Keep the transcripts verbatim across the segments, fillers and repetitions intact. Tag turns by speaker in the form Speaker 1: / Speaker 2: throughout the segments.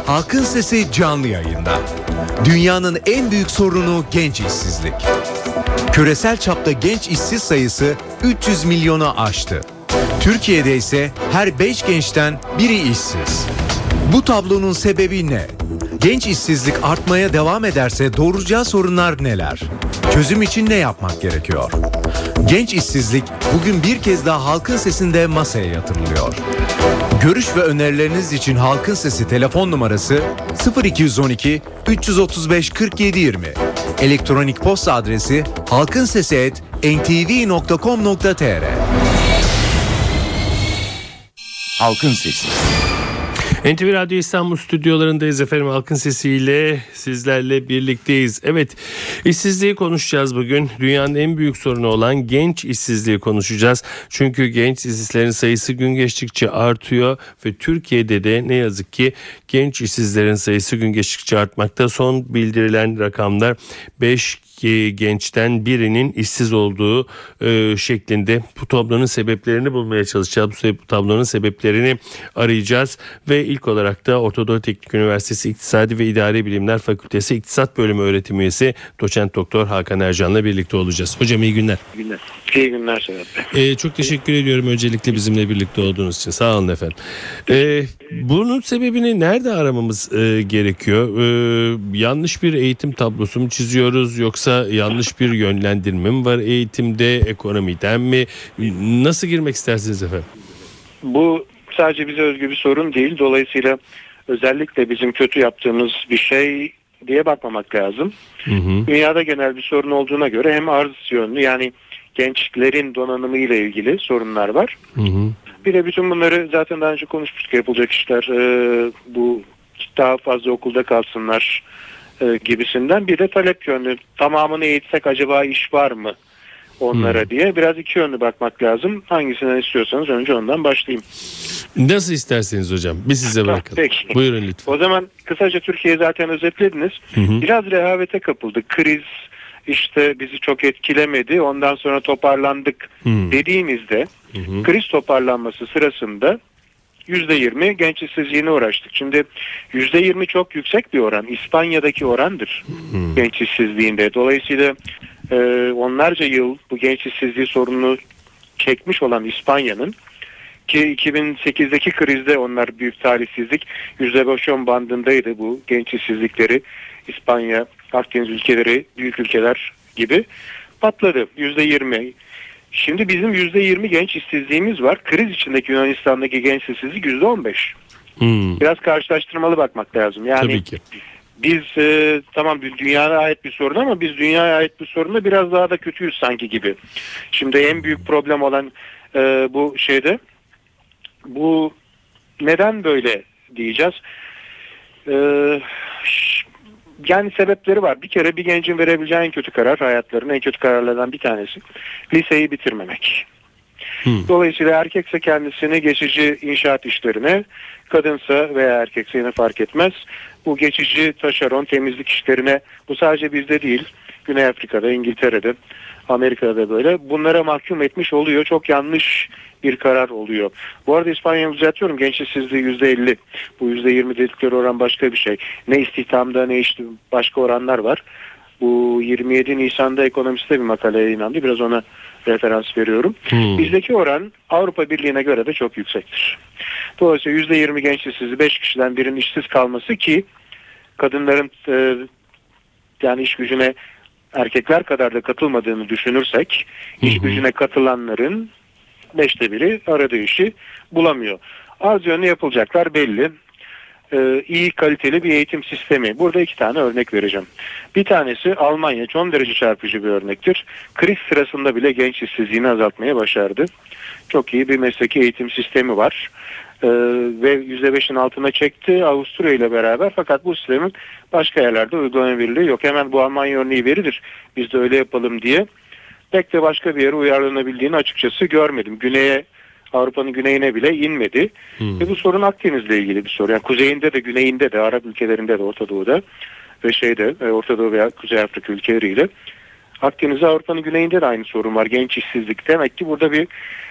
Speaker 1: Halkın Sesi canlı yayında. Dünyanın en büyük sorunu genç işsizlik. Küresel çapta genç işsiz sayısı üç yüz milyonu aştı. Türkiye'de ise her beş gençten biri işsiz. Bu tablonun sebebi ne? Genç işsizlik artmaya devam ederse doğuracağı sorunlar neler? Çözüm için ne yapmak gerekiyor? Genç işsizlik bugün bir kez daha Halkın Sesi'nde masaya yatırılıyor. Görüş ve önerileriniz için Halkın Sesi telefon numarası sıfır iki on iki üç otuz beş kırk yedi yirmi. Elektronik posta adresi halkinsesi et en te ve nokta com nokta te er.
Speaker 2: Halkın Sesi.
Speaker 3: N T V Radyo İstanbul stüdyolarındayız efendim. Halkın Sesi ile sizlerle birlikteyiz. Evet, işsizliği konuşacağız bugün. Dünyanın en büyük sorunu olan genç işsizliği konuşacağız. Çünkü genç işsizlerin sayısı gün geçtikçe artıyor ve Türkiye'de de ne yazık ki genç işsizlerin sayısı gün geçtikçe artmakta. Son bildirilen rakamlar beş gençten birinin işsiz olduğu e, şeklinde. Bu tablonun sebeplerini bulmaya çalışacağız. Bu tablonun sebeplerini arayacağız ve ilk olarak da Orta Doğu Teknik Üniversitesi İktisadi ve İdari Bilimler Fakültesi İktisat Bölümü öğretim üyesi Doçent Doktor Hakan Ercan'la birlikte olacağız. Hocam iyi günler.
Speaker 4: İyi günler. İyi günler Sedat Bey.
Speaker 3: Ee, çok teşekkür ediyorum öncelikle bizimle birlikte olduğunuz için. Sağ olun efendim. Ee, bunun sebebini nerede aramamız e, gerekiyor? Ee, yanlış bir eğitim tablosu mu çiziyoruz, yoksa yanlış bir yönlendirme mi var eğitimde, ekonomiden mi? Nasıl girmek istersiniz efendim?
Speaker 4: Bu sadece bize özgü bir sorun değil. Dolayısıyla özellikle bizim kötü yaptığımız bir şey diye bakmamak lazım. Hı hı. Dünyada genel bir sorun olduğuna göre hem arz yönlü, yani gençlerin donanımı ile ilgili sorunlar var. Hı hı. Bir de bütün bunları zaten daha önce konuşmuştuk, yapılacak işler e, bu daha fazla okulda kalsınlar e, gibisinden. Bir de talep yönlü, tamamını eğitsek acaba iş var mı onlara hmm. diye biraz iki yönlü bakmak lazım. Hangisinden istiyorsanız önce ondan başlayayım.
Speaker 3: Nasıl isterseniz hocam. Biz size bırakalım.
Speaker 4: Peki.
Speaker 3: Buyurun lütfen.
Speaker 4: O zaman kısaca Türkiye'yi zaten özetlediniz. Hı hı. Biraz rehavete kapıldık. Kriz işte bizi çok etkilemedi. Ondan sonra toparlandık hmm. dediğimizde hı hı. kriz toparlanması sırasında yüzde yirmi genç işsizliğine uğraştık. Şimdi yüzde yirmi çok yüksek bir oran. İspanya'daki orandır hmm. genç işsizliğinde. Dolayısıyla e, onlarca yıl bu genç işsizliği sorununu çekmiş olan İspanya'nın, ki iki bin sekizdeki krizde onlar büyük talihsizlik yüzde beş on bandındaydı bu genç işsizlikleri. İspanya, Akdeniz ülkeleri, büyük ülkeler gibi patladı. yüzde yirmi. Şimdi bizim yüzde yirmi genç işsizliğimiz var. Kriz içindeki Yunanistan'daki genç işsizlik yüzde on beş. Hmm. Biraz karşılaştırmalı bakmak lazım. Yani tabii ki. Biz e, tamam dünyaya ait bir sorun ama biz dünyaya ait bir sorunda biraz daha da kötüyüz sanki gibi. Şimdi en büyük problem olan e, bu şeyde, bu neden böyle diyeceğiz. E, Yani sebepleri var. Bir kere bir gencin verebileceği en kötü karar, hayatlarının en kötü kararlardan bir tanesi liseyi bitirmemek. Hmm. Dolayısıyla erkekse kendisini geçici inşaat işlerine, kadınsa veya erkekse yine fark etmez, bu geçici taşeron temizlik işlerine, bu sadece bizde değil, Güney Afrika'da, İngiltere'de, Amerika'da da böyle, bunlara mahkum etmiş oluyor. Çok yanlış bir karar oluyor. Bu arada İspanya'yı düzeltiyorum. Genç işsizliği yüzde elli. Bu yüzde yirmi dedikleri oran başka bir şey. Ne istihdamda ne işte başka oranlar var. Bu yirmi yedi Nisan'da Ekonomist'te bir makaleye yayınlandı. Biraz ona referans veriyorum. Hmm. Bizdeki oran Avrupa Birliği'ne göre de çok yüksektir. Dolayısıyla yüzde yirmi genç işsizliği, beş kişiden birinin işsiz kalması, ki kadınların e, yani iş gücüne erkekler kadar da katılmadığını düşünürsek, hı hı. iş gücüne katılanların beşte biri aradığı işi bulamıyor. Az yönlü yapılacaklar belli. Ee, iyi kaliteli bir eğitim sistemi. Burada iki tane örnek vereceğim. Bir tanesi Almanya, son derece çarpıcı bir örnektir. Kriz sırasında bile genç işsizliğini azaltmaya başardı. Çok iyi bir mesleki eğitim sistemi var. Ee, ve yüzde beşin altına çekti Avusturya ile beraber, fakat bu sistemin başka yerlerde uygulanabilirliği yok. Hemen bu Almanya örneği verilir, biz de öyle yapalım diye. Pek de başka bir yere uyarlanabildiğini açıkçası görmedim. Güneye, Avrupa'nın güneyine bile inmedi. Hmm. Ve bu sorun Akdeniz'le ilgili bir sorun. Yani kuzeyinde de, güneyinde de, Arap ülkelerinde de, Orta Doğu'da ve şeyde, Orta Doğu veya Kuzey Afrika ülkeleriyle. Akdeniz'de, Avrupa'nın güneyinde de aynı sorun var. Genç işsizlik. Demek ki burada bir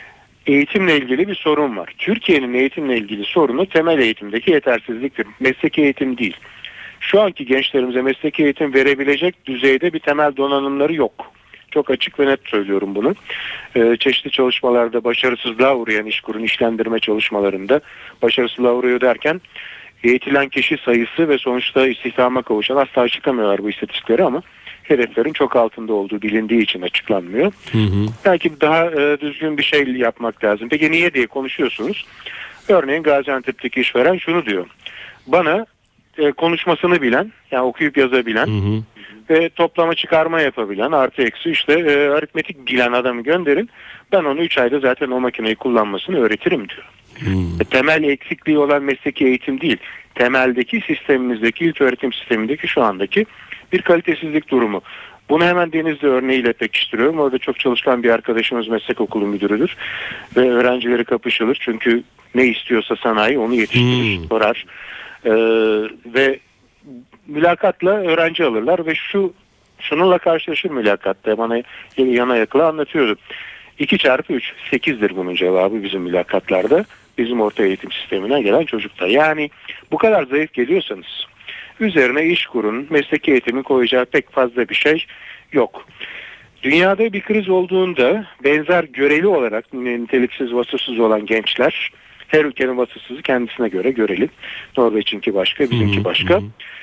Speaker 4: eğitimle ilgili bir sorun var. Türkiye'nin eğitimle ilgili sorunu temel eğitimdeki yetersizliktir. Mesleki eğitim değil. Şu anki gençlerimize mesleki eğitim verebilecek düzeyde bir temel donanımları yok. Çok açık ve net söylüyorum bunu. Ee, çeşitli çalışmalarda başarısızlığa uğrayan İşkur'un işlendirme çalışmalarında başarısızlığa uğruyor derken eğitilen kişi sayısı ve sonuçta istihdama kavuşan, asla çıkamıyorlar bu istatistikleri ama hedeflerin çok altında olduğu bilindiği için açıklanmıyor. Hı hı. Belki daha e, düzgün bir şey yapmak lazım. Peki niye diye konuşuyorsunuz. Örneğin Gaziantep'teki işveren şunu diyor. Bana e, konuşmasını bilen, yani okuyup yazabilen hı hı. ve toplama çıkarma yapabilen, artı eksi işte e, aritmetik bilen adamı gönderin. Ben onu üç ayda zaten o makineyi kullanmasını öğretirim diyor. Hmm. Temel eksikliği olan mesleki eğitim değil. Temeldeki sistemimizdeki, ilköğretim sistemindeki şu andaki bir kalitesizlik durumu. Bunu hemen Denizli örneğiyle pekiştiriyorum. Orada çok çalışkan bir arkadaşımız meslek okulu müdürüdür. Ve öğrencileri kapışılır. Çünkü ne istiyorsa sanayi onu yetiştirir, hmm. sorar. Ee, ve mülakatla öğrenci alırlar ve şu şununla karşılaşır mülakatta. Bana yana yakıla anlatıyordu. iki çarpı üç, sekizdir bunun cevabı bizim mülakatlarda. Bizim orta eğitim sistemine gelen çocukta. Yani bu kadar zayıf geliyorsanız üzerine İşkur'un mesleki eğitimin koyacağı pek fazla bir şey yok. Dünyada bir kriz olduğunda benzer göreli olarak niteliksiz, vasıfsız olan gençler, her ülkenin vasıfsızı kendisine göre göreli. Norveç'inki başka, bizimki başka.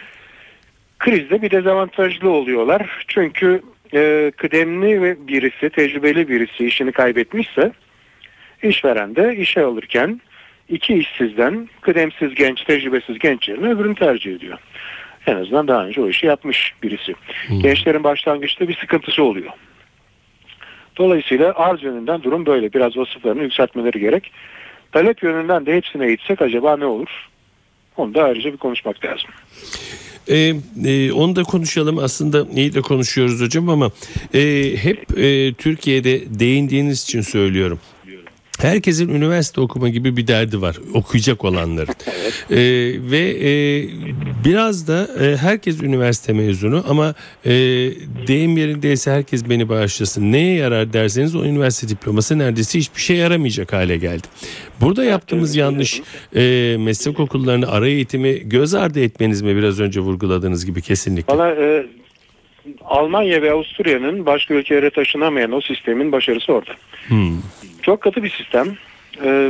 Speaker 4: Krizde bir dezavantajlı oluyorlar. Çünkü e, kıdemli birisi, tecrübeli birisi işini kaybetmişse işveren de işe alırken iki işsizden kıdemsiz genç, tecrübesiz genç yerine öbürünü tercih ediyor. En azından daha önce o işi yapmış birisi. Hmm. Gençlerin başlangıçta bir sıkıntısı oluyor. Dolayısıyla arz yönünden durum böyle. Biraz vasıflarını yükseltmeleri gerek. Talep yönünden de hepsine eğitsek acaba ne olur? Onu da ayrıca bir konuşmak lazım.
Speaker 3: Ee, e, onu da konuşalım. Aslında neyi de konuşuyoruz hocam ama e, hep e, Türkiye'de değindiğiniz için söylüyorum. Herkesin üniversite okuma gibi bir derdi var, okuyacak olanların. Evet. Ee, ve e, biraz da e, herkes üniversite mezunu ama e, deyim yerindeyse herkes beni bağışlasın. Neye yarar derseniz o üniversite diploması neredeyse hiçbir şey yaramayacak hale geldi. Burada yaptığımız yanlış e, meslek okullarını, ara eğitimi göz ardı etmeniz mi, biraz önce vurguladığınız gibi? Kesinlikle.
Speaker 4: Valla e, Almanya ve Avusturya'nın başka ülkelere taşınamayan o sistemin başarısı orada. Hmm. Çok katı bir sistem. Ee,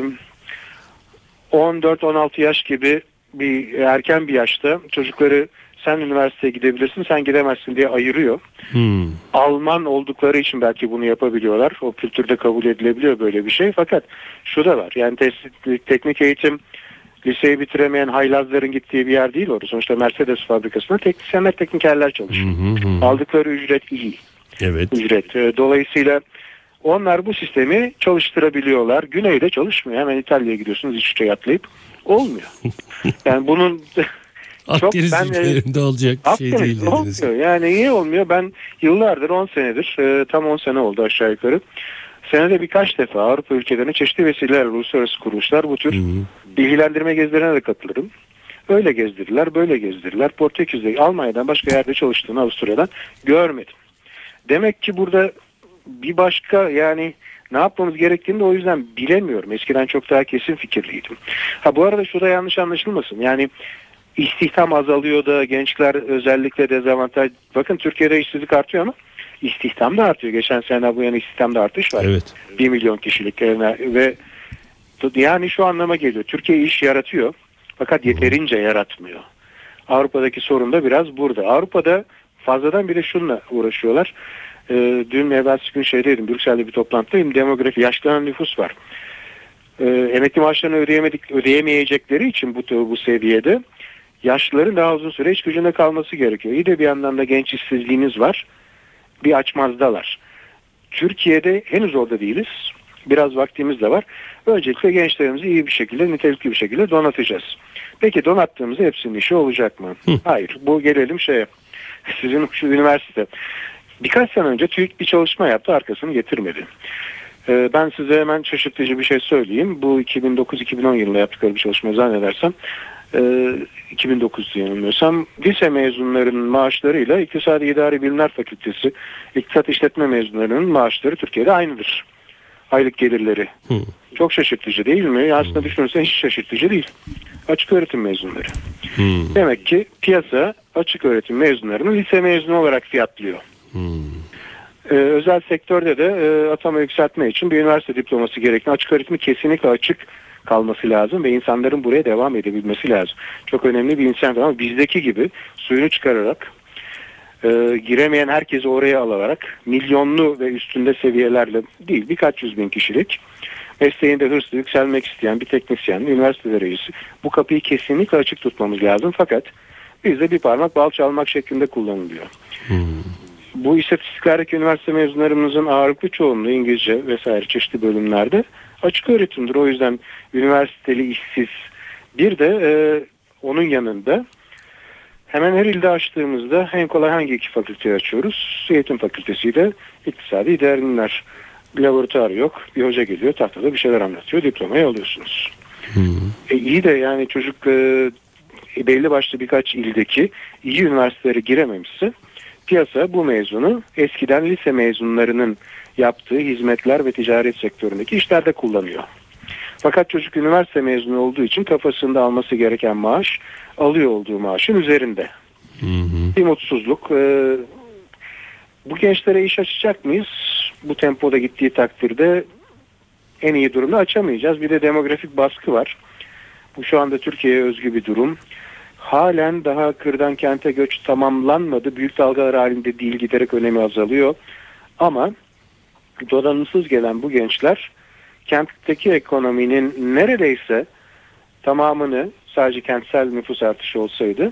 Speaker 4: on dört on altı yaş gibi bir erken bir yaşta çocukları sen üniversiteye gidebilirsin, sen gidemezsin diye ayırıyor. Hmm. Alman oldukları için belki bunu yapabiliyorlar. O kültürde kabul edilebiliyor böyle bir şey. Fakat şu da var. Yani tes- teknik eğitim liseyi bitiremeyen haylazların gittiği bir yer değil orası. Sonuçta Mercedes fabrikasında teknisyenler, teknikerler çalışıyor. Hmm, hmm. Aldıkları ücret iyi.
Speaker 3: Evet.
Speaker 4: Ücret. Dolayısıyla onlar bu sistemi çalıştırabiliyorlar. Güneyde çalışmıyor. Hemen İtalya'ya gidiyorsunuz İsviçre'ye atlayıp. Olmuyor. Yani bunun çok
Speaker 3: ben üzerinde olacak bir şey değil dediniz.
Speaker 4: Yani niye olmuyor? Ben yıllardır on senedir tam on sene oldu aşağı yukarı. Senede birkaç defa Avrupa ülkelerine çeşitli vesileler, uluslararası kuruluşlar bu tür Hı-hı. bilgilendirme gezilerine de katılırım. Öyle gezdirdiler, böyle gezdirdiler. Portekiz'de, Almanya'dan başka yerde çalıştığını Avusturya'dan görmedim. Demek ki burada bir başka, yani ne yapmamız gerektiğini de o yüzden bilemiyorum. Eskiden çok daha kesin fikirliydim. Ha bu arada şurada yanlış anlaşılmasın. Yani istihdam azalıyor da gençler özellikle dezavantaj. Bakın Türkiye'de işsizlik artıyor ama istihdam da artıyor. Geçen sene bu yana istihdamda artış var.
Speaker 3: Evet.
Speaker 4: bir milyon kişilik ve yani şu anlama geliyor. Türkiye iş yaratıyor fakat yeterince yaratmıyor. Avrupa'daki sorun da biraz burada. Avrupa'da fazladan bir de şununla uğraşıyorlar. Ee, dün evvelsi gün şeydeydim, Brüksel'de bir toplantıdayım. Demografi, yaşlanan nüfus var. Ee, emekli maaşlarını ödeyemedik, ödeyemeyecekleri için bu, bu seviyede yaşlıların daha uzun süre iş gücünde kalması gerekiyor. İyi de bir yandan da genç işsizliğiniz var. Bir açmazdalar. Türkiye'de henüz orada değiliz. Biraz vaktimiz de var. Öncelikle gençlerimizi iyi bir şekilde, nitelikli bir şekilde donatacağız. Peki donattığımızda hepsinin işi olacak mı? Hı. Hayır. Bu gelelim şeye. Sizin şu üniversite. Birkaç sene önce TÜİK bir çalışma yaptı, arkasını getirmedi. Ee, ben size hemen şaşırtıcı bir şey söyleyeyim. Bu iki bin dokuz iki bin on yılında yaptıkları bir çalışma zannedersem. E, iki bin dokuz yanılmıyorsam lise mezunlarının maaşlarıyla İktisadi İdari Bilimler Fakültesi İktisat İşletme mezunlarının maaşları Türkiye'de aynıdır. aylık gelirleri.
Speaker 3: Hı.
Speaker 4: Çok şaşırtıcı değil mi? Aslında düşünürsen hiç şaşırtıcı değil. Açık öğretim mezunları.
Speaker 3: Hmm.
Speaker 4: Demek ki piyasa açık öğretim mezunlarını lise mezunu olarak fiyatlıyor.
Speaker 3: Hmm.
Speaker 4: Ee, özel sektörde de e, atama yükseltme için bir üniversite diploması gerekli. Açık öğretimi kesinlikle açık kalması lazım ve insanların buraya devam edebilmesi lazım. Çok önemli bir insan ama bizdeki gibi suyunu çıkararak e, giremeyen herkesi oraya alarak milyonlu ve üstünde seviyelerle değil birkaç yüz bin kişilik mesleğinde hırslı yükselmek isteyen bir teknisyen, üniversite öğrencisi bu kapıyı kesinlikle açık tutmamız lazım fakat bizde bir parmak bal çalmak şeklinde kullanılıyor. Hmm. Bu istatistiklerdeki üniversite mezunlarımızın ağırlıklı çoğunluğu İngilizce vesaire çeşitli bölümlerde açık öğretimdir. O yüzden üniversiteli işsiz bir de e, onun yanında hemen her ilde açtığımızda en kolay hangi iki fakülteyi açıyoruz? Eğitim fakültesiyle iktisadi idare bilimler. Laboratuvar yok. Bir hoca geliyor tahtada bir şeyler anlatıyor. Diplomayı alıyorsunuz. Hmm. E, iyi de yani çocuk e, belli başlı birkaç ildeki iyi üniversitelere girememişse piyasa bu mezunu eskiden lise mezunlarının yaptığı hizmetler ve ticaret sektöründeki işlerde kullanıyor. Fakat çocuk üniversite mezunu olduğu için kafasında alması gereken maaş alıyor olduğu maaşın üzerinde. Hı hı. Bir mutsuzluk. Ee, bu gençlere iş açacak mıyız? Bu tempoda gittiği takdirde en iyi durumda açamayacağız. Bir de demografik baskı var. Bu şu anda Türkiye'ye özgü bir durum. Halen daha kırdan kente göç tamamlanmadı. Büyük dalgalar halinde değil, giderek önemi azalıyor. Ama donanımsız gelen bu gençler kentteki ekonominin neredeyse tamamını sadece kentsel nüfus artışı olsaydı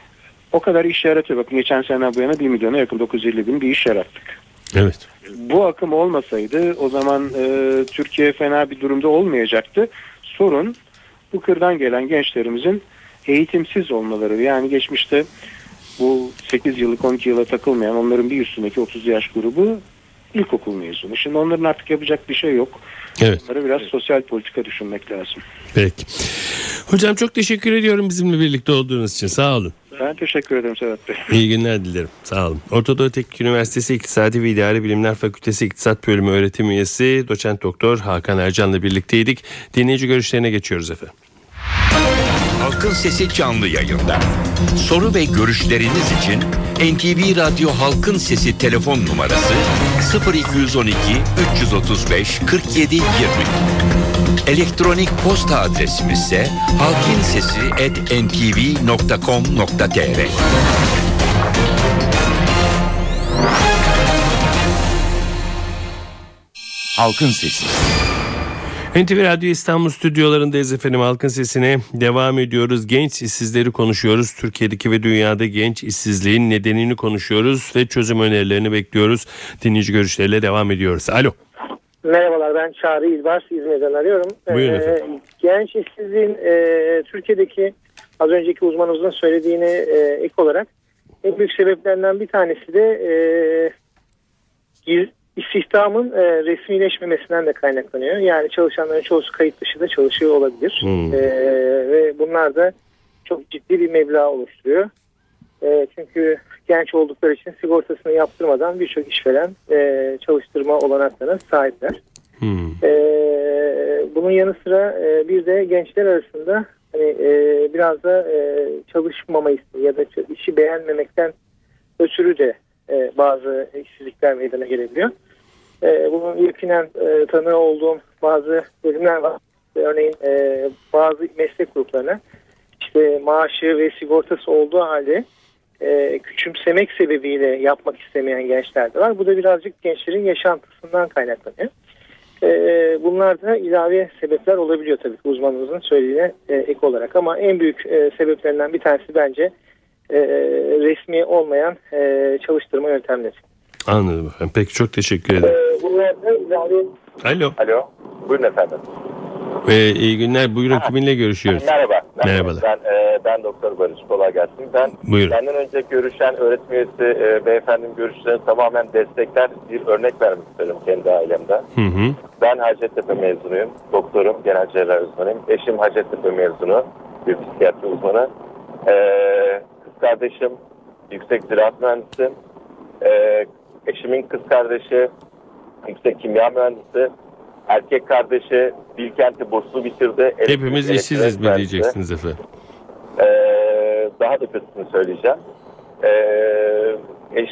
Speaker 4: o kadar iş yaratıyor. Bakın geçen sene bu yana bir milyona yakın dokuz yüz elli bin bir iş yarattık.
Speaker 3: Evet.
Speaker 4: Bu akım olmasaydı o zaman e, Türkiye fena bir durumda olmayacaktı. Sorun bu kırdan gelen gençlerimizin eğitimsiz olmaları. Yani geçmişte bu sekiz yıllık on iki yıla takılmayan onların bir üstündeki otuz yaş grubu ilkokul mezunu. Şimdi onların artık yapacak bir şey yok.
Speaker 3: Evet.
Speaker 4: Onlara biraz sosyal politika düşünmek lazım.
Speaker 3: Peki. Hocam çok teşekkür ediyorum bizimle birlikte olduğunuz için. Sağ olun.
Speaker 4: Ben teşekkür ederim Sedat Bey.
Speaker 3: İyi günler dilerim. Sağ olun. Orta Doğu Teknik Üniversitesi İktisadi ve İdari Bilimler Fakültesi İktisat Bölümü öğretim üyesi Doçent Doktor Hakan Ercan'la birlikteydik. Dinleyici görüşlerine geçiyoruz efendim.
Speaker 2: Halkın Sesi canlı yayında. Soru ve görüşleriniz için N T V Radyo Halkın Sesi telefon numarası sıfır iki on iki üç otuz beş kırk yedi yirmi. Elektronik posta adresimiz ise halkinsesi at n t v nokta com nokta t r. Halkın Sesi.
Speaker 3: N T V Radyo İstanbul stüdyolarındayız efendim. Halkın Sesi'ne devam ediyoruz. Genç işsizleri konuşuyoruz. Türkiye'deki ve dünyada genç işsizliğin nedenini konuşuyoruz ve çözüm önerilerini bekliyoruz. Dinleyici görüşleriyle devam ediyoruz. Alo.
Speaker 5: Merhabalar, ben Çağrı İlbars, İzmir'den arıyorum.
Speaker 3: Buyurun efendim.
Speaker 5: Ee, genç işsizliğin e, Türkiye'deki az önceki uzmanımızın söylediğine e, ek olarak en büyük sebeplerinden bir tanesi de e, istihdamın e, resmileşmemesinden de kaynaklanıyor. Yani çalışanların çoğusu kayıt dışı da çalışıyor olabilir. Hmm. E, ve bunlar da çok ciddi bir meblağ oluşturuyor. E, çünkü genç oldukları için sigortasını yaptırmadan birçok işveren e, çalıştırma olanaklarına sahipler. Hmm. E, bunun yanı sıra e, bir de gençler arasında hani, e, biraz da e, çalışmamayı ya da işi beğenmemekten ötürü de e, bazı işsizlikler meydana gelebiliyor. E, bunun yakinen e, tanığı olduğum bazı bölümler var. Örneğin e, bazı meslek gruplarına işte maaşı ve sigortası olduğu halde e, küçümsemek sebebiyle yapmak istemeyen gençler de var. Bu da birazcık gençlerin yaşantısından kaynaklanıyor. E, bunlar da ilave sebepler olabiliyor tabii uzmanımızın söylediğine e, ek olarak. Ama en büyük e, sebeplerinden bir tanesi bence e, resmi olmayan e, çalıştırma yöntemleri.
Speaker 3: Anladım efendim. Peki çok teşekkür ederim.
Speaker 5: E, bunlar da ilave...
Speaker 3: Alo.
Speaker 6: Alo. Buyurun efendim.
Speaker 3: Ee, iyi günler. Buyurun ha, kiminle görüşüyoruz?
Speaker 6: Merhaba. Ben,
Speaker 3: Merhabalar.
Speaker 6: Ben, e, ben Doktor Barış. Kolay gelsin. Ben
Speaker 3: Buyurun.
Speaker 6: Benden önce görüşen öğretim üyesi e, beyefendinin görüşlerini tamamen destekler bir örnek vermek isterim kendi ailemde. Hı hı. Ben Hacettepe mezunuyum. Doktorum. Genel cerrahi uzmanıyım. Eşim Hacettepe mezunu. Bir psikiyatri uzmanı. E, kız kardeşim yüksek ziraat mühendisi. E, eşimin kız kardeşi yüksek kimya mühendisi. Erkek kardeşi Bilkent'i burslu bitirdi.
Speaker 3: Hepimiz işsiziz mi diyeceksiniz efendim?
Speaker 6: Ee, daha da kötüsünü söyleyeceğim. Ee, eş,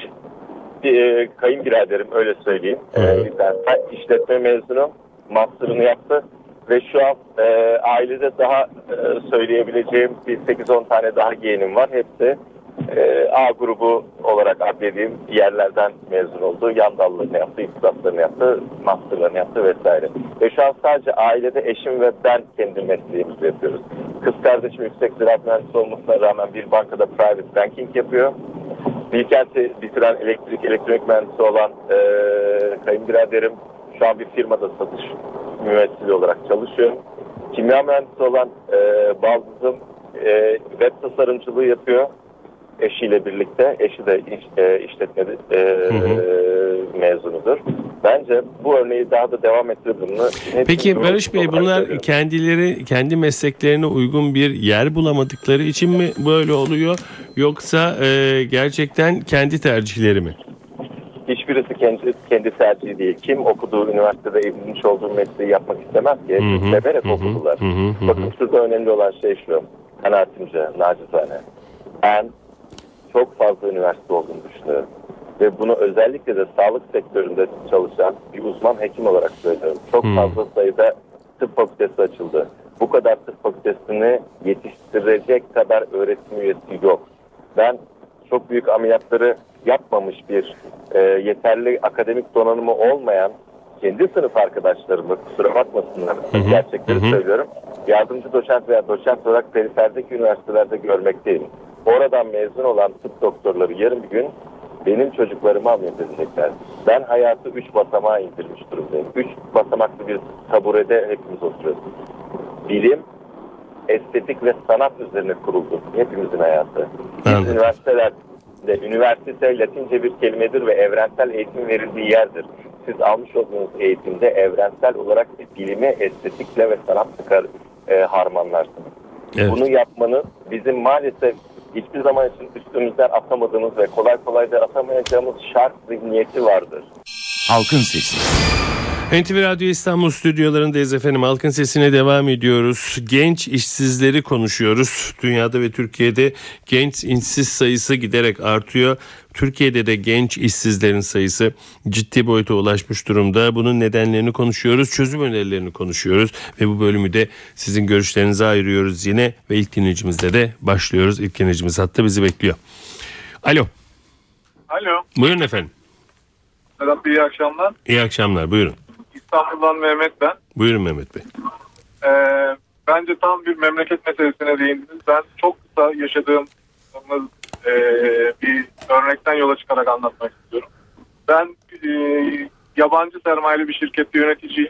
Speaker 6: e, kayınbiraderim öyle söyleyeyim. Ee, ben işletme mezunu, master'ını yaptı ve şu an e, ailede daha e, söyleyebileceğim bir sekiz on tane daha yeğenim var. Hepsi e, A grubu olarak adlediğim yerlerden mezun oldu. Yan dallarını yaptı, iktisatlarını yaptı, master'larını yaptı vesaire. Ve şu an sadece ailede eşim ve ben kendi mesleğimizi yapıyoruz. Kız kardeşim yüksek ziraat mühendisi olmasına rağmen bir bankada private banking yapıyor. Bilkent'i bitiren elektrik elektronik mühendisi olan e, kayınbiraderim şu an bir firmada satış mühendisi olarak çalışıyor. Kimya mühendisi olan e, baldızım e, web tasarımcılığı yapıyor eşiyle birlikte. Eşi de iş, e, işletme e, hı hı. mezunudur. Bence bu örneği daha da devam ettirdiğini...
Speaker 3: Peki Barış Bey, bunlar görüyorum. Kendileri kendi mesleklerine uygun bir yer bulamadıkları için mi böyle oluyor, yoksa e, gerçekten kendi tercihleri mi?
Speaker 6: Hiçbirisi kendi, kendi tercihi değil. Kim okuduğu üniversitede edinmiş olduğu mesleği yapmak istemez ki. Hepsi severek okudular. Hı hı, Bakın hı. şurada önemli olan şey şu. Kanaatimce, nacizane. Ben çok fazla üniversite olduğunu düşünüyorum. Ve bunu özellikle de sağlık sektöründe çalışan bir uzman hekim olarak söylüyorum. Çok hmm. fazla sayıda tıp fakültesi açıldı. Bu kadar tıp fakültesini yetiştirecek kadar öğretim üyesi yok. Ben çok büyük ameliyatları yapmamış bir e, yeterli akademik donanımı olmayan kendi sınıf arkadaşlarımı, kusura bakmasınlar, hmm. gerçekleri hmm. söylüyorum. Yardımcı doçent veya doçent olarak periferdeki üniversitelerde görmekteyim. Oradan mezun olan tıp doktorları yarın bir gün benim çocuklarımı ameliyat edecekler. Ben hayatı üç basamağa indirmiş durumdayım. Üç basamaklı bir taburede hepimiz oturuyoruz. Bilim, estetik ve sanat üzerine kuruldu hepimizin hayatı. Biz üniversitelerde, üniversite Latince bir kelimedir ve evrensel eğitim verildiği yerdir. Siz almış olduğunuz eğitimde evrensel olarak bilimi estetikle ve sanatla e, harmanlarsınız. Evet. Bunu yapmanın bizim maalesef hiçbir zaman için üstümüzden atamadığımız ve kolay kolay da atamayacağımız şart zihniyeti vardır.
Speaker 2: Halkın Sesi.
Speaker 3: N T V Radyo İstanbul stüdyolarındayız efendim. Halkın Sesi'ne devam ediyoruz. Genç işsizleri konuşuyoruz. Dünyada ve Türkiye'de genç işsiz sayısı giderek artıyor. Türkiye'de de genç işsizlerin sayısı ciddi boyuta ulaşmış durumda. Bunun nedenlerini konuşuyoruz, çözüm önerilerini konuşuyoruz ve bu bölümü de sizin görüşlerinize ayırıyoruz yine ve ilk dinleyicimizle de başlıyoruz. İlk dinleyicimiz hatta bizi bekliyor. Alo.
Speaker 7: Alo.
Speaker 3: Buyurun efendim.
Speaker 7: Selam, iyi akşamlar.
Speaker 3: İyi akşamlar, buyurun.
Speaker 7: İstanbul'dan Mehmet ben.
Speaker 3: Buyurun Mehmet Bey.
Speaker 7: Ee, bence tam bir memleket meselesine değindiniz. Ben çok kısa yaşadığım e, bir örnekten yola çıkarak anlatmak istiyorum. Ben e, yabancı sermayeli bir şirkette yöneticiyim.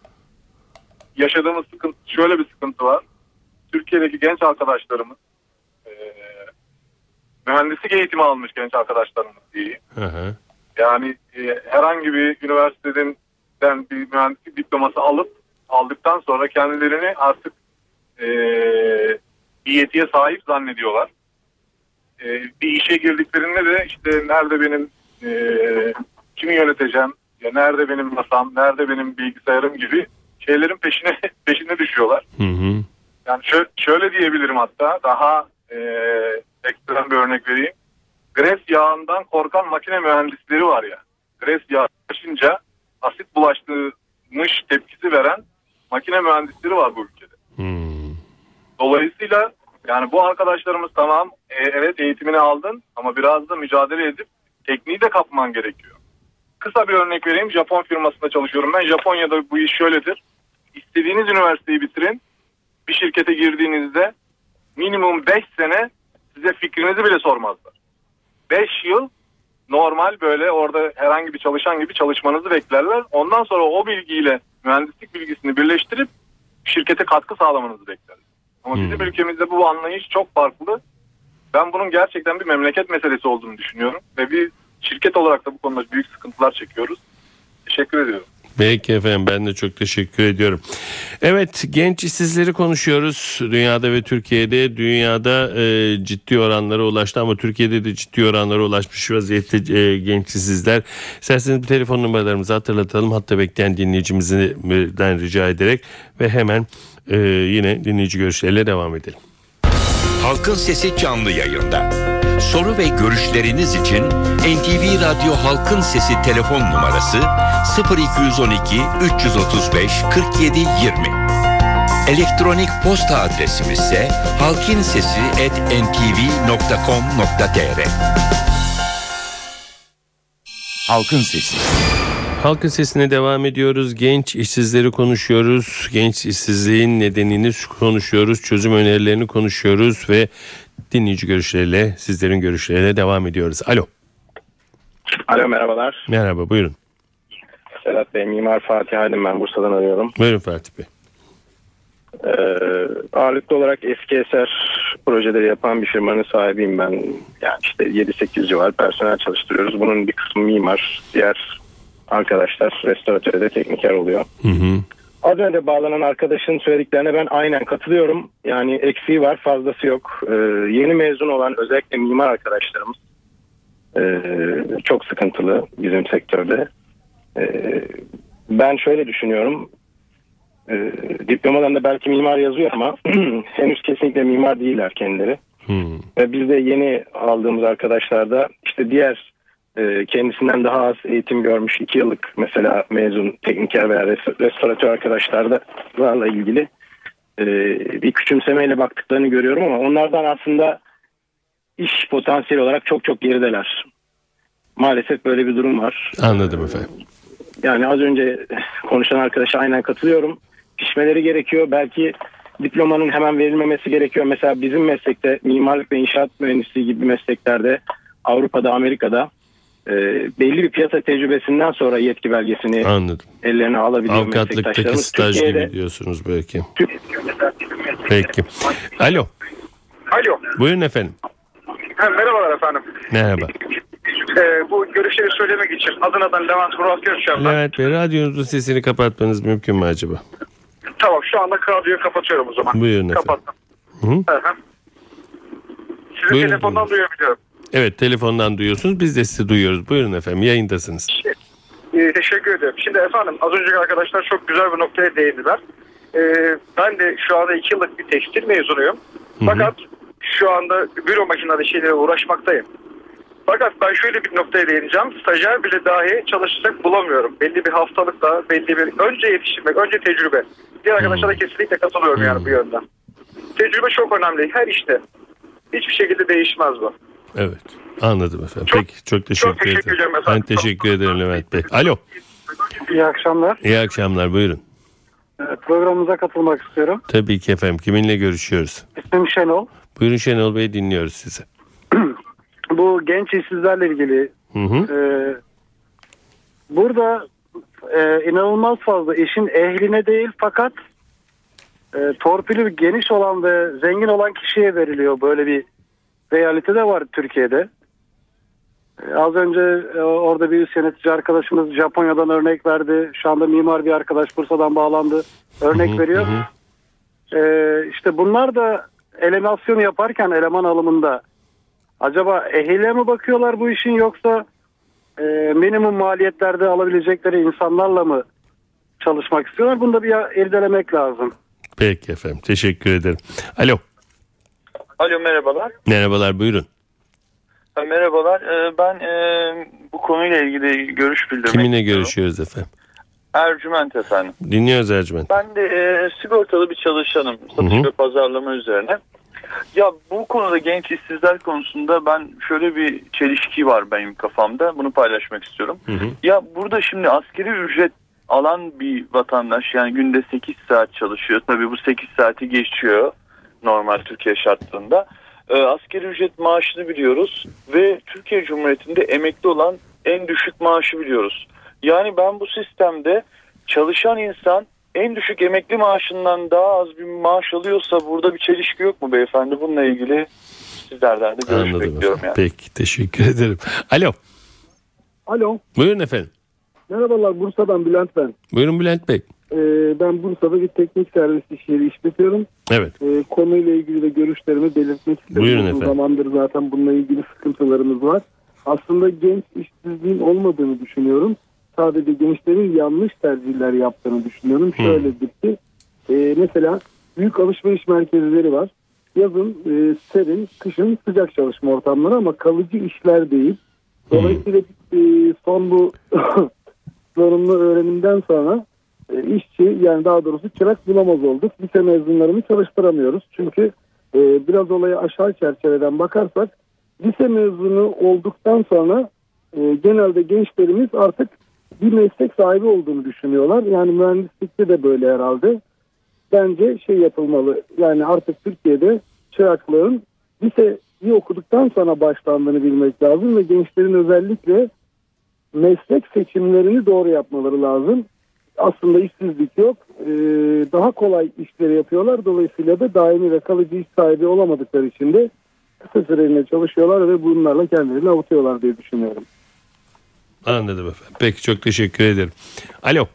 Speaker 7: Yaşadığımız sıkıntı, şöyle bir sıkıntı var. Türkiye'deki genç arkadaşlarımız, e, mühendislik eğitimi almış genç arkadaşlarımız diyeyim. Hı hı. Yani e, herhangi bir üniversiteden bir mühendislik diploması alıp aldıktan sonra kendilerini artık e, bir yetiye sahip zannediyorlar. E, bir işe girdiklerinde de işte nerede benim e, kimi yöneteceğim, ya nerede benim masam, nerede benim bilgisayarım gibi şeylerin peşine peşine düşüyorlar. Hı hı. Yani şöyle, şöyle diyebilirim, hatta daha e, ekstrem bir örnek vereyim. Gres yağından korkan makine mühendisleri var ya. Gres yağı bulaşınca asit bulaştırmış tepkisi veren makine mühendisleri var bu ülkede. Hmm. Dolayısıyla yani bu arkadaşlarımız tamam e, evet eğitimini aldın ama biraz da mücadele edip tekniği de kapman gerekiyor. Kısa bir örnek vereyim. Japon firmasında çalışıyorum. Ben Japonya'da bu iş şöyledir. İstediğiniz üniversiteyi bitirin. Bir şirkete girdiğinizde minimum beş sene size fikrinizi bile sormazlar. beş yıl normal böyle orada herhangi bir çalışan gibi çalışmanızı beklerler. Ondan sonra o bilgiyle mühendislik bilgisini birleştirip şirkete katkı sağlamanızı beklerler. Ama hmm. bizim ülkemizde bu anlayış çok farklı. Ben bunun gerçekten bir memleket meselesi olduğunu düşünüyorum. Ve bir şirket olarak da bu konuda büyük sıkıntılar çekiyoruz. Teşekkür ediyorum.
Speaker 3: Peki efendim, ben de çok teşekkür ediyorum. Evet, genç işsizleri konuşuyoruz. Dünyada ve Türkiye'de. Dünyada e, ciddi oranlara ulaştı ama Türkiye'de de ciddi oranlara ulaşmış vaziyette e, genç işsizler. İsterseniz bir telefon numaralarımızı hatırlatalım. Hatta bekleyen dinleyicimizden rica ederek ve hemen e, yine dinleyici görüşleriyle devam edelim.
Speaker 2: Halkın Sesi canlı yayında. Soru ve görüşleriniz için N T V Radyo Halkın Sesi telefon numarası sıfır iki on iki üç otuz beş kırk yedi yirmi. Elektronik posta adresimiz ise halkinsesi at n t v nokta com nokta t r. Halkın Sesi.
Speaker 3: Halkın Sesi'ne devam ediyoruz. Genç işsizleri konuşuyoruz. Genç işsizliğin nedenini konuşuyoruz. Çözüm önerilerini konuşuyoruz ve dinleyici görüşleriyle, sizlerin görüşleriyle devam ediyoruz. Alo.
Speaker 8: Alo, merhabalar.
Speaker 3: Merhaba, buyurun.
Speaker 8: Sedat Bey, Mimar Fatih Aydın, ben Bursa'dan arıyorum.
Speaker 3: Buyurun Fatih Bey.
Speaker 8: Ee, ağırlıklı olarak eski eser projeleri yapan bir firmanın sahibiyim ben. Yani işte yedi sekiz civar personel çalıştırıyoruz. Bunun bir kısmı mimar, diğer arkadaşlar restoratörde tekniker oluyor.
Speaker 3: Hı hı.
Speaker 8: Az önce bağlanan arkadaşın söylediklerine ben aynen katılıyorum. Yani eksiği var, fazlası yok. Ee, yeni mezun olan özellikle mimar arkadaşlarımız e, çok sıkıntılı bizim sektörde. Ee, ben şöyle düşünüyorum. Ee, diplomadan da belki mimar yazıyor ama henüz kesinlikle mimar değiller kendileri.
Speaker 3: Hmm.
Speaker 8: Ve biz de yeni aldığımız arkadaşlarda işte diğer e, kendisinden daha az eğitim görmüş iki yıllık mesela mezun tekniker veya restoratör arkadaşlarla ilgili e, bir küçümsemeyle baktıklarını görüyorum ama onlardan aslında iş potansiyeli olarak çok çok gerideler. Maalesef böyle bir durum var.
Speaker 3: Anladım efendim.
Speaker 8: Yani az önce konuşan arkadaşa aynen katılıyorum. Pişmeleri gerekiyor. Belki diplomanın hemen verilmemesi gerekiyor. Mesela bizim meslekte mimarlık ve inşaat mühendisliği gibi mesleklerde Avrupa'da, Amerika'da e, belli bir piyasa tecrübesinden sonra yetki belgesini
Speaker 3: Anladım.
Speaker 8: ellerine alabiliyor
Speaker 3: Avukatlıktaki
Speaker 8: meslektaşlarımız.
Speaker 3: staj
Speaker 8: Türkiye'de,
Speaker 3: gibi diyorsunuz belki. Peki. Alo.
Speaker 7: Alo.
Speaker 3: Buyurun efendim.
Speaker 7: Ha, merhabalar efendim.
Speaker 3: Merhaba.
Speaker 7: Ee, bu görüşleri söylemek için Adana'dan Levent Murat görüşüyorum.
Speaker 3: Levent Bey, radyonuzun sesini kapatmanız mümkün mü acaba?
Speaker 7: Tamam, şu anda radyoyu kapatıyorum o zaman.
Speaker 3: Buyurun efendim.
Speaker 7: Kapattım.
Speaker 3: Hı hı.
Speaker 7: Hı hı. Sizi
Speaker 3: Buyurun,
Speaker 7: telefondan
Speaker 3: buyurun.
Speaker 7: duyabiliyorum.
Speaker 3: Evet, telefondan duyuyorsunuz. Biz de sizi duyuyoruz. Buyurun efendim, yayındasınız.
Speaker 7: Ee, teşekkür ederim. Şimdi efendim az önceki arkadaşlar çok güzel bir noktaya değindiler. Ee, ben de şu anda iki yıllık bir tekstil mezunuyum.
Speaker 3: Hı hı.
Speaker 7: Fakat şu anda büro makineli şeylere uğraşmaktayım. Fakat ben şöyle bir noktaya değineceğim. Stajyer bile dahi çalışacak bulamıyorum. Belli bir hastalıkla, belli bir önce yetiştirmek, önce tecrübe. Diğer arkadaşlara
Speaker 3: Hmm.
Speaker 7: kesinlikle katılıyorum yani
Speaker 3: Hmm.
Speaker 7: bu yönden. Tecrübe çok önemli her işte. Hiçbir şekilde değişmez bu.
Speaker 3: Evet, anladım efendim.
Speaker 7: Çok-
Speaker 3: Peki, çok teşekkür,
Speaker 7: çok teşekkür
Speaker 3: ederim.
Speaker 7: ederim efendim.
Speaker 3: Ben teşekkür ederim Levent Bey. Alo.
Speaker 5: İyi akşamlar.
Speaker 3: İyi akşamlar, buyurun.
Speaker 5: Programımıza katılmak istiyorum.
Speaker 3: Tabii ki efendim. Kiminle görüşüyoruz?
Speaker 5: İsmim Şenol.
Speaker 3: Buyurun Şenol Bey, dinliyoruz sizi.
Speaker 5: Bu genç işsizlerle ilgili
Speaker 3: Hı hı.
Speaker 5: e, burada e, inanılmaz fazla işin ehline değil fakat e, torpili geniş olan ve zengin olan kişiye veriliyor. Böyle bir realite de var Türkiye'de. E, az önce e, orada bir üst yönetici arkadaşımız Japonya'dan örnek verdi. Şu anda mimar bir arkadaş Bursa'dan bağlandı. Örnek
Speaker 3: Hı hı,
Speaker 5: veriyor.
Speaker 3: hı.
Speaker 5: E, işte bunlar da elemasyon yaparken eleman alımında acaba ehile mi bakıyorlar bu işin yoksa e, minimum maliyetlerde alabilecekleri insanlarla mı çalışmak istiyorlar? Bunu da bir irdelemek lazım.
Speaker 3: Peki efendim, teşekkür ederim. Alo.
Speaker 9: Alo, merhabalar.
Speaker 3: Merhabalar, buyurun.
Speaker 9: Ha, Merhabalar. Ee, Ben e, bu konuyla ilgili görüş bildirmek
Speaker 3: Kiminle
Speaker 9: istiyorum.
Speaker 3: görüşüyoruz efendim?
Speaker 9: Ercüment efendim.
Speaker 3: Dinliyoruz Ercüment.
Speaker 9: Ben de e, sigortalı bir çalışanım. Satış
Speaker 3: Hı hı.
Speaker 9: ve pazarlama üzerine. Ya bu konuda genç işsizler konusunda ben şöyle bir çelişki var benim kafamda. Bunu paylaşmak istiyorum.
Speaker 3: Hı hı.
Speaker 9: Ya burada şimdi askeri ücret alan bir vatandaş yani günde sekiz saat çalışıyor. Tabii bu sekiz saati geçiyor normal Türkiye şartlarında. E, askeri ücret maaşını biliyoruz ve Türkiye Cumhuriyeti'nde emekli olan en düşük maaşı biliyoruz. Yani ben bu sistemde çalışan insan en düşük emekli maaşından daha az bir maaş alıyorsa burada bir çelişki yok mu beyefendi? Bununla ilgili sizlerden de görüş
Speaker 3: Anladım
Speaker 9: bekliyorum
Speaker 3: efendim.
Speaker 9: yani.
Speaker 3: Peki, teşekkür ederim. Alo.
Speaker 5: Alo.
Speaker 3: Buyurun efendim.
Speaker 10: Merhabalar, Bursa'dan Bülent ben.
Speaker 3: Buyurun Bülent Bey.
Speaker 10: Ee, ben Bursa'da bir teknik servis iş yeri işletiyorum.
Speaker 3: Evet.
Speaker 10: Ee, konuyla ilgili de görüşlerimi belirtmek istedim.
Speaker 3: Buyurun
Speaker 10: Uzun
Speaker 3: efendim.
Speaker 10: zamandır zaten bununla ilgili sıkıntılarımız var. Aslında genç işsizliğin olmadığını düşünüyorum. Sadece gençlerin yanlış tercihler yaptığını düşünüyorum.
Speaker 3: Hmm.
Speaker 10: Şöyledir ki e, mesela büyük alışveriş merkezleri var. Yazın e, serin, kışın sıcak çalışma ortamları ama kalıcı işler değil. Dolayısıyla e, son bu zorunlu öğrenimden sonra e, işçi, yani daha doğrusu çırak bulamaz olduk. Lise mezunlarını çalıştıramıyoruz. Çünkü e, biraz olaya aşağı çerçeveden bakarsak lise mezunu olduktan sonra e, genelde gençlerimiz artık bir meslek sahibi olduğunu düşünüyorlar. Yani mühendislikte de böyle herhalde. Bence şey yapılmalı. Yani artık Türkiye'de çıraklığın liseyi okuduktan sonra başlandığını bilmek lazım ve gençlerin özellikle meslek seçimlerini doğru yapmaları lazım. Aslında işsizlik yok. Ee, daha kolay işleri yapıyorlar. Dolayısıyla da daimi ve kalıcı iş sahibi olamadıkları için de kısa süreliğine çalışıyorlar ve bunlarla kendilerini avutuyorlar diye düşünüyorum.
Speaker 3: Anladım efendim. Peki, çok teşekkür ederim. Alo.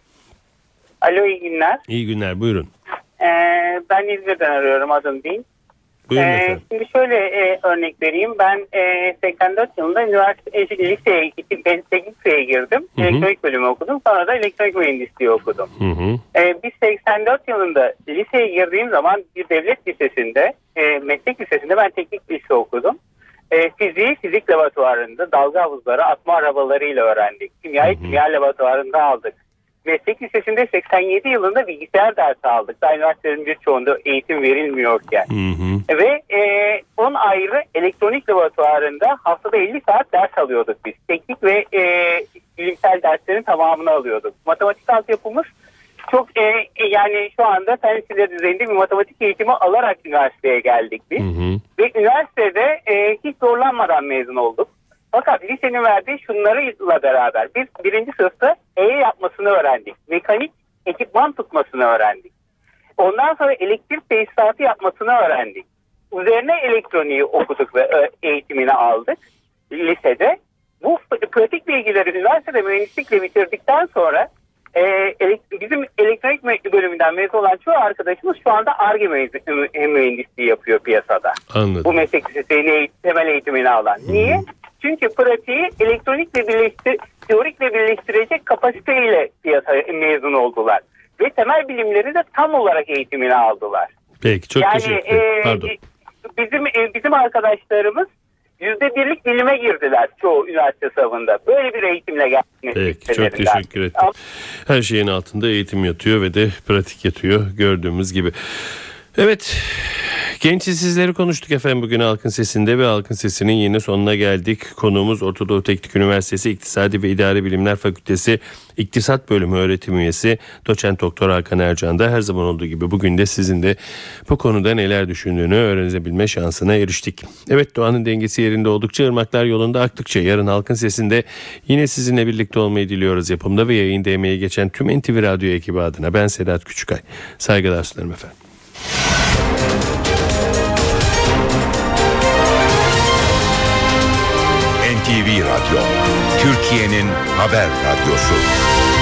Speaker 11: Alo, iyi günler.
Speaker 3: İyi günler, buyurun.
Speaker 11: Ee, ben İzmir'den arıyorum, adım değil.
Speaker 3: Buyurun
Speaker 11: Ee,
Speaker 3: efendim.
Speaker 11: şimdi şöyle e, örnek vereyim. Ben e, seksen dört yılında üniversite e, liseye gittim. Ben teknik liseye girdim.
Speaker 3: Hı hı.
Speaker 11: Elektronik bölümü okudum. Sonra da elektronik mühendisliği okudum.
Speaker 3: Hı hı.
Speaker 11: Ee, biz seksen dört yılında liseye girdiğim zaman bir devlet lisesinde, e, meslek lisesinde ben teknik lise okudum. E, fiziği fizik laboratuvarında dalga havuzları, atma arabalarıyla öğrendik. Kimyayı
Speaker 3: Hı hı.
Speaker 11: kimya laboratuvarında aldık. Meslek lisesinde seksen yedi yılında bilgisayar dersi aldık. Daha üniversitelerin birçoğunda eğitim verilmiyorken.
Speaker 3: Hı hı.
Speaker 11: Ve e, on ayrı elektronik laboratuvarında haftada elli saat ders alıyorduk biz. Teknik ve e, bilimsel derslerin tamamını alıyorduk. Matematik altyapımız çok e, e, yani şu anda fen liseleri düzeyinde bir matematik eğitimi alarak üniversiteye geldik biz.
Speaker 3: Hı hı.
Speaker 11: Ve üniversitede e, hiç zorlanmadan mezun olduk. Fakat lisenin verdiği şunlarla beraber biz birinci sınıfta E yapmasını öğrendik. Mekanik ekipman tutmasını öğrendik. Ondan sonra elektrik tesisatı yapmasını öğrendik. Üzerine elektroniği okuduk ve eğitimini aldık lisede. Bu pratik bilgileri üniversitede mühendislikle bitirdikten sonra e, elekt- bizim elektronik bölümünden mezun olan çoğu arkadaşımız şu anda Ar-Ge mühendisliği yapıyor piyasada.
Speaker 3: Anladım.
Speaker 11: Bu meslek lisesinin temel eğitimini alan. Niye? Çünkü pratiği elektronikle birleştir, teorikle birleştirecek kapasiteyle piyasaya mezun oldular. Ve temel bilimleri de tam olarak eğitimini aldılar.
Speaker 3: Peki, çok
Speaker 11: yani,
Speaker 3: teşekkür ederim. Pardon.
Speaker 11: E, bizim e, bizim arkadaşlarımız yüzde birlik bilime girdiler çoğu üniversite sınavında. Böyle bir eğitimle geldiğini.
Speaker 3: Peki, çok teşekkür ederim. Her şeyin altında eğitim yatıyor ve de pratik yatıyor gördüğümüz gibi. Evet, genç işsizleri konuştuk efendim bugün Halkın Sesi'nde ve Halkın Sesi'nin yine sonuna geldik. Konuğumuz Orta Doğu Teknik Üniversitesi İktisadi ve İdari Bilimler Fakültesi İktisat Bölümü öğretim üyesi Doçent Doktor Hakan Ercan'da. Her zaman olduğu gibi bugün de sizin de bu konuda neler düşündüğünü öğrenebilme şansına eriştik. Evet, doğanın dengesi yerinde oldukça, ırmaklar yolunda aktıkça yarın Halkın Sesi'nde yine sizinle birlikte olmayı diliyoruz. Yapımda ve yayında emeği geçen tüm N T V Radyo ekibi adına ben Sedat Küçükay. Saygılar sunarım efendim.
Speaker 2: N T V Radyo, Türkiye'nin haber radyosu.